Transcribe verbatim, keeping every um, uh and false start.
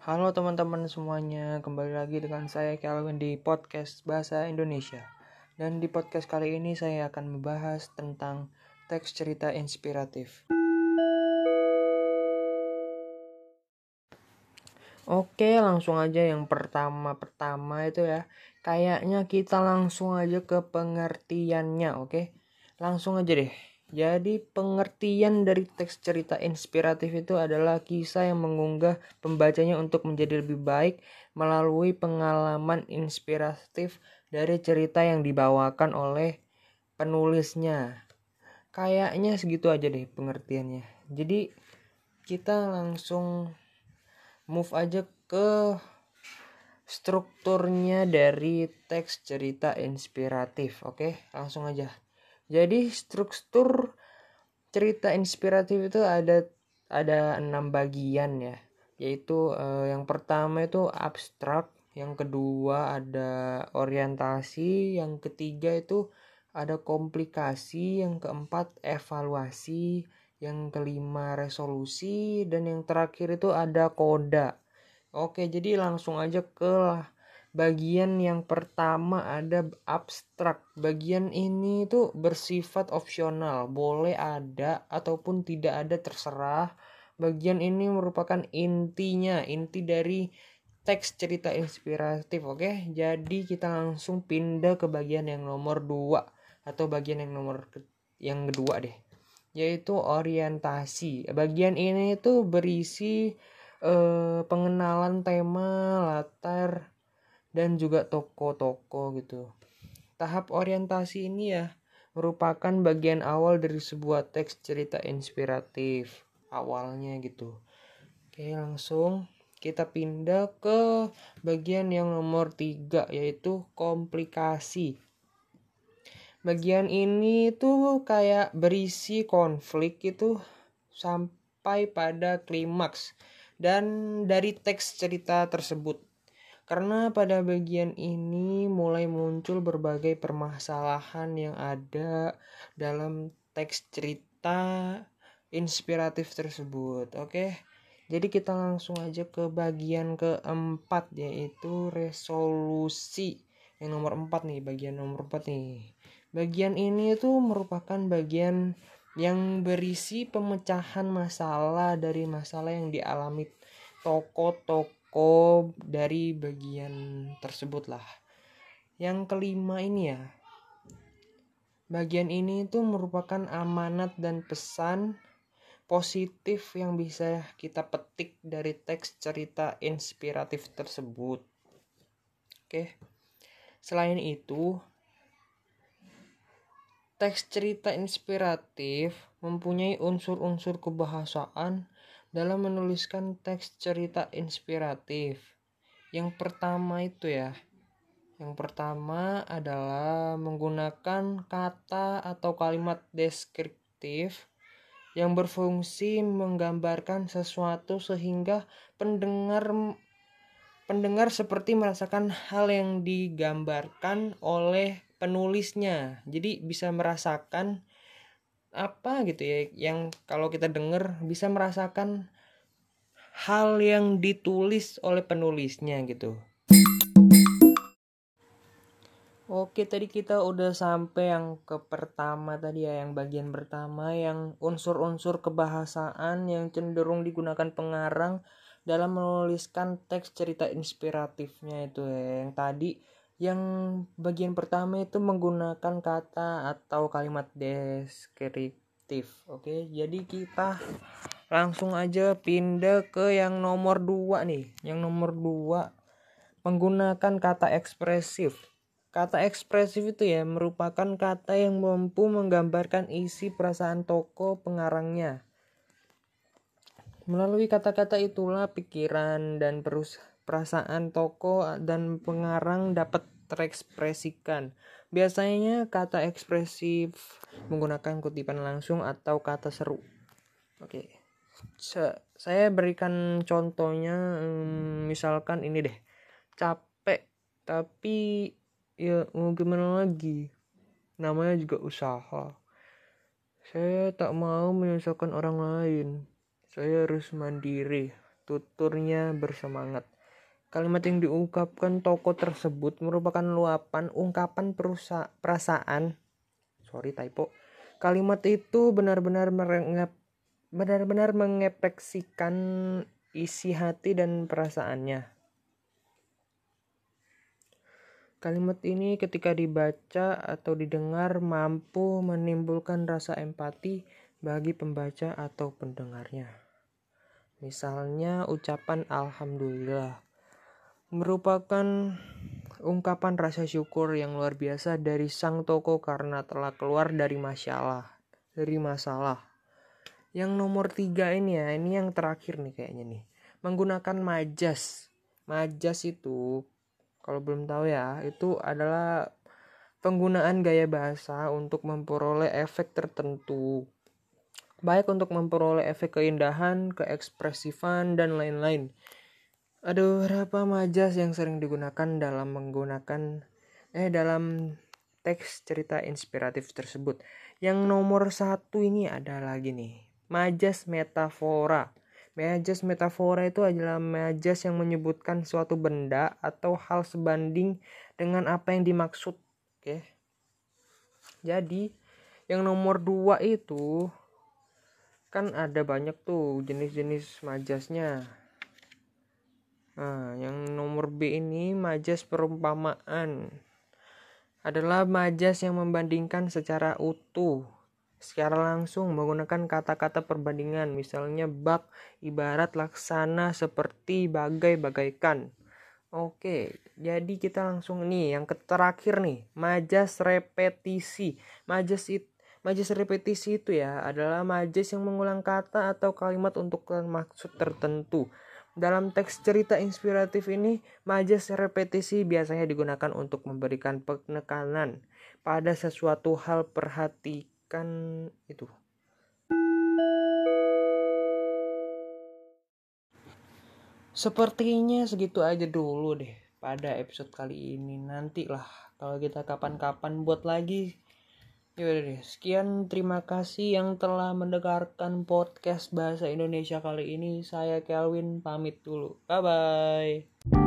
Halo teman-teman semuanya, kembali lagi dengan saya Kelvin di podcast Bahasa Indonesia. Dan di podcast kali ini saya akan membahas tentang teks cerita inspiratif. Oke, langsung aja yang pertama-pertama itu ya. Kayaknya kita langsung aja ke pengertiannya, oke? Langsung aja deh. Jadi pengertian dari teks cerita inspiratif itu adalah kisah yang mengunggah pembacanya untuk menjadi lebih baik melalui pengalaman inspiratif dari cerita yang dibawakan oleh penulisnya. Kayaknya segitu aja deh pengertiannya. Jadi kita langsung move aja ke strukturnya dari teks cerita inspiratif. Oke, langsung aja. Jadi struktur cerita inspiratif itu ada ada enam bagian ya, yaitu eh, yang pertama itu abstrak, yang kedua ada orientasi, yang ketiga itu ada komplikasi, yang keempat evaluasi, yang kelima resolusi, dan yang terakhir itu ada koda. Oke, jadi langsung aja ke bagian yang pertama ada abstrak. Bagian ini tuh bersifat opsional, boleh ada ataupun tidak ada terserah. Bagian ini merupakan intinya, inti dari teks cerita inspiratif, oke? Jadi kita langsung pindah ke bagian yang nomor dua atau bagian yang nomor ke- yang kedua deh, yaitu orientasi. Bagian ini tuh berisi eh, pengenalan tema, latar, dan juga toko-toko gitu. Tahap orientasi ini ya merupakan bagian awal dari sebuah teks cerita inspiratif awalnya gitu. Oke, langsung kita pindah ke bagian yang nomor tiga, yaitu komplikasi. Bagian ini tuh kayak berisi konflik itu sampai pada klimaks dan dari teks cerita tersebut. Karena pada bagian ini mulai muncul berbagai permasalahan yang ada dalam teks cerita inspiratif tersebut. Oke. Jadi kita langsung aja ke bagian keempat, yaitu resolusi. Yang nomor empat nih, bagian nomor empat nih. Bagian ini tuh merupakan bagian yang berisi pemecahan masalah dari masalah yang dialami tokoh-tokoh dari bagian tersebut lah. Yang kelima ini ya, bagian ini tuh merupakan amanat dan pesan positif yang bisa kita petik dari teks cerita inspiratif tersebut. Oke. Selain itu, teks cerita inspiratif mempunyai unsur-unsur kebahasaan dalam menuliskan teks cerita inspiratif. Yang pertama itu ya, yang pertama adalah menggunakan kata atau kalimat deskriptif yang berfungsi menggambarkan sesuatu sehingga pendengar pendengar seperti merasakan hal yang digambarkan oleh penulisnya. Jadi bisa merasakan apa gitu ya, yang kalau kita dengar bisa merasakan hal yang ditulis oleh penulisnya gitu. Oke, tadi kita udah sampai yang ke pertama tadi ya, yang bagian pertama yang unsur-unsur kebahasaan yang cenderung digunakan pengarang dalam menuliskan teks cerita inspiratifnya itu ya. Yang tadi yang bagian pertama itu menggunakan kata atau kalimat deskriptif. Oke, jadi kita langsung aja pindah ke yang nomor dua nih. Yang nomor dua menggunakan kata ekspresif. Kata ekspresif itu ya merupakan kata yang mampu menggambarkan isi perasaan tokoh pengarangnya. Melalui kata-kata itulah pikiran dan perus- perasaan tokoh dan pengarang dapat terekspresikan. Biasanya kata ekspresif menggunakan kutipan langsung atau kata seru. Oke. Se- saya berikan contohnya, hmm, misalkan ini deh. Capek tapi ya mau gimana lagi, namanya juga usaha. Saya tak mau menyusahkan orang lain, saya harus mandiri. tuturnya bersemangat. Kalimat yang diungkapkan tokoh tersebut merupakan luapan ungkapan perusa- perasaan. Sorry typo. Kalimat itu benar-benar merengep, benar-benar mengekspresikan isi hati dan perasaannya. Kalimat ini ketika dibaca atau didengar mampu menimbulkan rasa empati bagi pembaca atau pendengarnya. Misalnya ucapan alhamdulillah merupakan ungkapan rasa syukur yang luar biasa dari sang tokoh karena telah keluar dari masalah, dari masalah. Yang nomor tiga ini ya, ini yang terakhir nih kayaknya nih. Menggunakan majas. Majas itu, kalau belum tahu ya, itu adalah penggunaan gaya bahasa untuk memperoleh efek tertentu. Baik untuk memperoleh efek keindahan, keekspresifan, dan lain-lain. Ada beberapa majas yang sering digunakan dalam menggunakan eh dalam teks cerita inspiratif tersebut. Yang nomor satu ini ada lagi nih, majas metafora. Majas metafora itu adalah majas yang menyebutkan suatu benda atau hal sebanding dengan apa yang dimaksud. Oke. Jadi yang nomor dua itu kan ada banyak tuh jenis-jenis majasnya. Nah, yang nomor B ini majas perumpamaan. Adalah majas yang membandingkan secara utuh, secara langsung menggunakan kata-kata perbandingan. Misalnya bak, ibarat, laksana, seperti, bagai, bagaikan. Oke, jadi kita langsung nih yang terakhir nih, majas repetisi. Majas itu Majas repetisi itu ya adalah majas yang mengulang kata atau kalimat untuk maksud tertentu. Dalam teks cerita inspiratif ini, majas repetisi biasanya digunakan untuk memberikan penekanan pada sesuatu hal. Perhatikan itu. Sepertinya segitu aja dulu deh pada episode kali ini. Nantilah kalau kita kapan-kapan buat lagi. Yaudah deh, sekian, terima kasih yang telah mendengarkan podcast Bahasa Indonesia kali ini. Saya Kelvin pamit dulu. Bye bye.